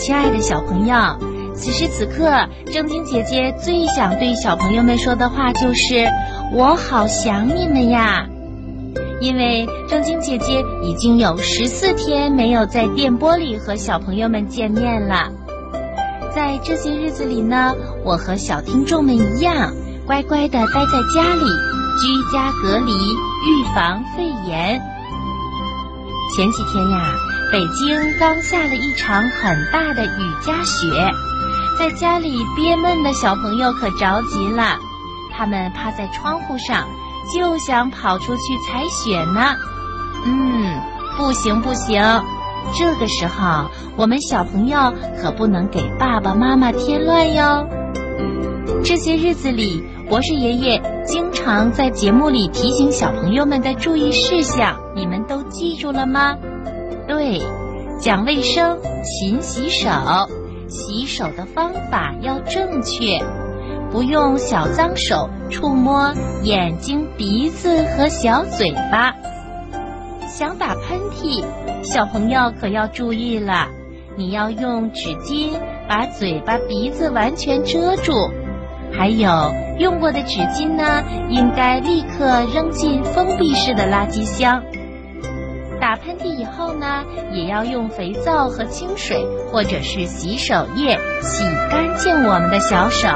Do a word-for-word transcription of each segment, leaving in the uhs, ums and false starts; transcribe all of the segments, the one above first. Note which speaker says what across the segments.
Speaker 1: 亲爱的小朋友，此时此刻，正经姐姐最想对小朋友们说的话就是“我好想你们呀”。因为正经姐姐已经有十四天没有在电波里和小朋友们见面了。在这些日子里呢，我和小听众们一样，乖乖地待在家里，居家隔离，预防肺炎。前几天呀，北京刚下了一场很大的雨夹雪，在家里憋闷的小朋友可着急了，他们趴在窗户上，就想跑出去踩雪呢。嗯，不行不行，这个时候我们小朋友可不能给爸爸妈妈添乱哟。这些日子里，博士爷爷经常在节目里提醒小朋友们的注意事项，你们都记住了吗？对，讲卫生，勤洗手，洗手的方法要正确，不用小脏手触摸眼睛、鼻子和小嘴巴。想打喷嚏，小朋友可要注意了，你要用纸巾把嘴巴、鼻子完全遮住。还有，用过的纸巾呢，应该立刻扔进封闭式的垃圾箱。打喷嚏以后呢，也要用肥皂和清水或者是洗手液洗干净我们的小手。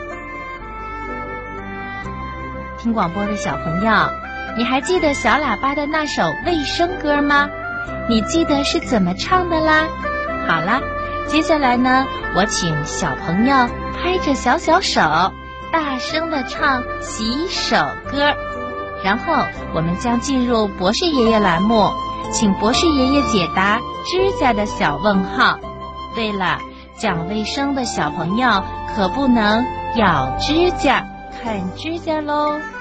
Speaker 1: 听广播的小朋友，你还记得小喇叭的那首卫生歌吗？你记得是怎么唱的啦？好啦，接下来呢，我请小朋友拍着小小手，大声地唱洗手歌，然后我们将进入博士爷爷栏目，请博士爷爷解答指甲的小问号。对了，讲卫生的小朋友可不能咬指甲、啃指甲喽。